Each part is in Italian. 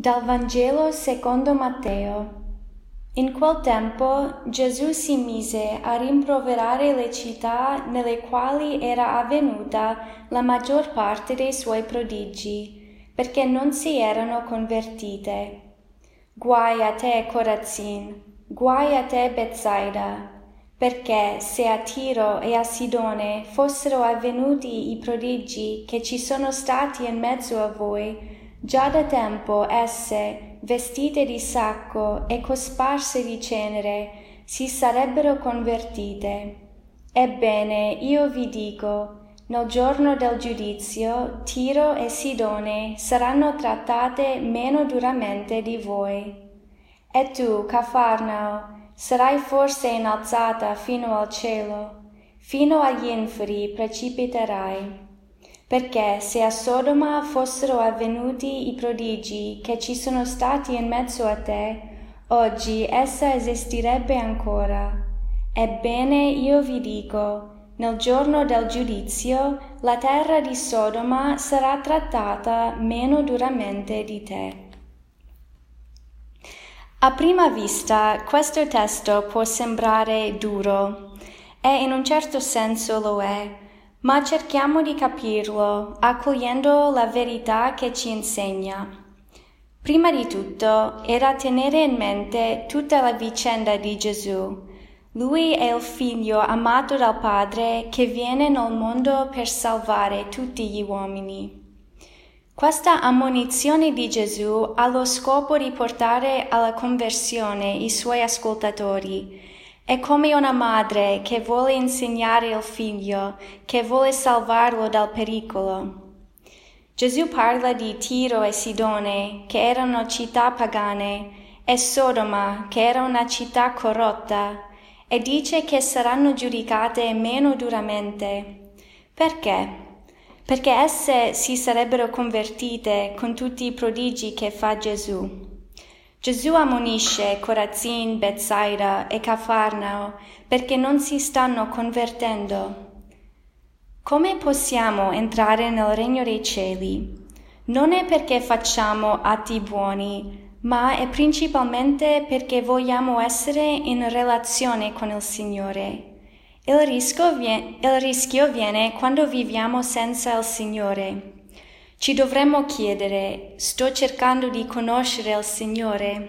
Dal Vangelo secondo Matteo. In quel tempo Gesù si mise a rimproverare le città nelle quali era avvenuta la maggior parte dei suoi prodigi, perché non si erano convertite. Guai a te, Corazin! Guai a te, Betsaida! Perché se a Tiro e a Sidone fossero avvenuti i prodigi che ci sono stati in mezzo a voi, già da tempo esse, vestite di sacco e cosparse di cenere, si sarebbero convertite. Ebbene, io vi dico, nel giorno del giudizio, Tiro e Sidone saranno trattate meno duramente di voi. E tu, Cafarnao, sarai forse innalzata fino al cielo, fino agli inferi precipiterai. Perché se a Sodoma fossero avvenuti i prodigi che ci sono stati in mezzo a te, oggi essa esisterebbe ancora. Ebbene io vi dico, nel giorno del giudizio la terra di Sodoma sarà trattata meno duramente di te. A prima vista questo testo può sembrare duro, e in un certo senso lo è, ma cerchiamo di capirlo accogliendo la verità che ci insegna. Prima di tutto è da tenere in mente tutta la vicenda di Gesù. Lui è il figlio amato dal Padre che viene nel mondo per salvare tutti gli uomini. Questa ammonizione di Gesù ha lo scopo di portare alla conversione i suoi ascoltatori. È come una madre che vuole insegnare il figlio, che vuole salvarlo dal pericolo. Gesù parla di Tiro e Sidone, che erano città pagane, e Sodoma, che era una città corrotta, e dice che saranno giudicate meno duramente. Perché? Perché esse si sarebbero convertite con tutti i prodigi che fa Gesù. Gesù ammonisce Corazin, Betsaida e Cafarnao perché non si stanno convertendo. Come possiamo entrare nel regno dei cieli? Non è perché facciamo atti buoni, ma è principalmente perché vogliamo essere in relazione con il Signore. Il rischio viene quando viviamo senza il Signore. Ci dovremmo chiedere, sto cercando di conoscere il Signore?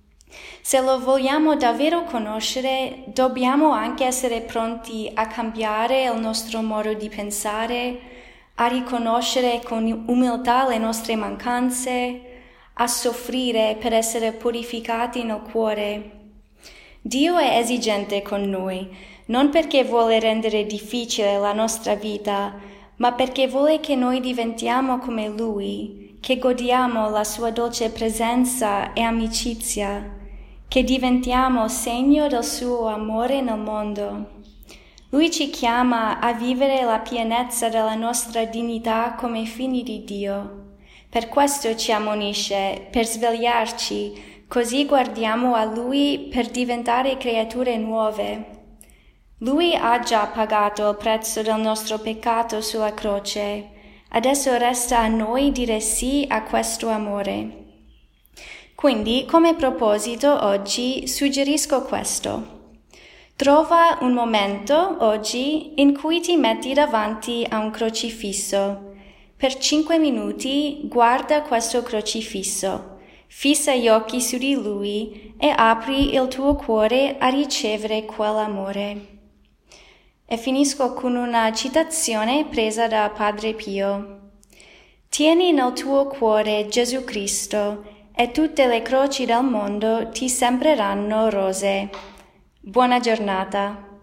Se lo vogliamo davvero conoscere, dobbiamo anche essere pronti a cambiare il nostro modo di pensare, a riconoscere con umiltà le nostre mancanze, a soffrire per essere purificati nel cuore. Dio è esigente con noi, non perché vuole rendere difficile la nostra vita, ma perché vuole che noi diventiamo come Lui, che godiamo la sua dolce presenza e amicizia, che diventiamo segno del suo amore nel mondo. Lui ci chiama a vivere la pienezza della nostra dignità come figli di Dio. Per questo ci ammonisce, per svegliarci, così guardiamo a Lui per diventare creature nuove. Lui ha già pagato il prezzo del nostro peccato sulla croce. Adesso resta a noi dire sì a questo amore. Quindi, come proposito oggi, suggerisco questo. Trova un momento oggi in cui ti metti davanti a un crocifisso. Per 5 minuti guarda questo crocifisso, fissa gli occhi su di lui e apri il tuo cuore a ricevere quell'amore. E finisco con una citazione presa da Padre Pio. Tieni nel tuo cuore Gesù Cristo e tutte le croci del mondo ti sembreranno rose. Buona giornata.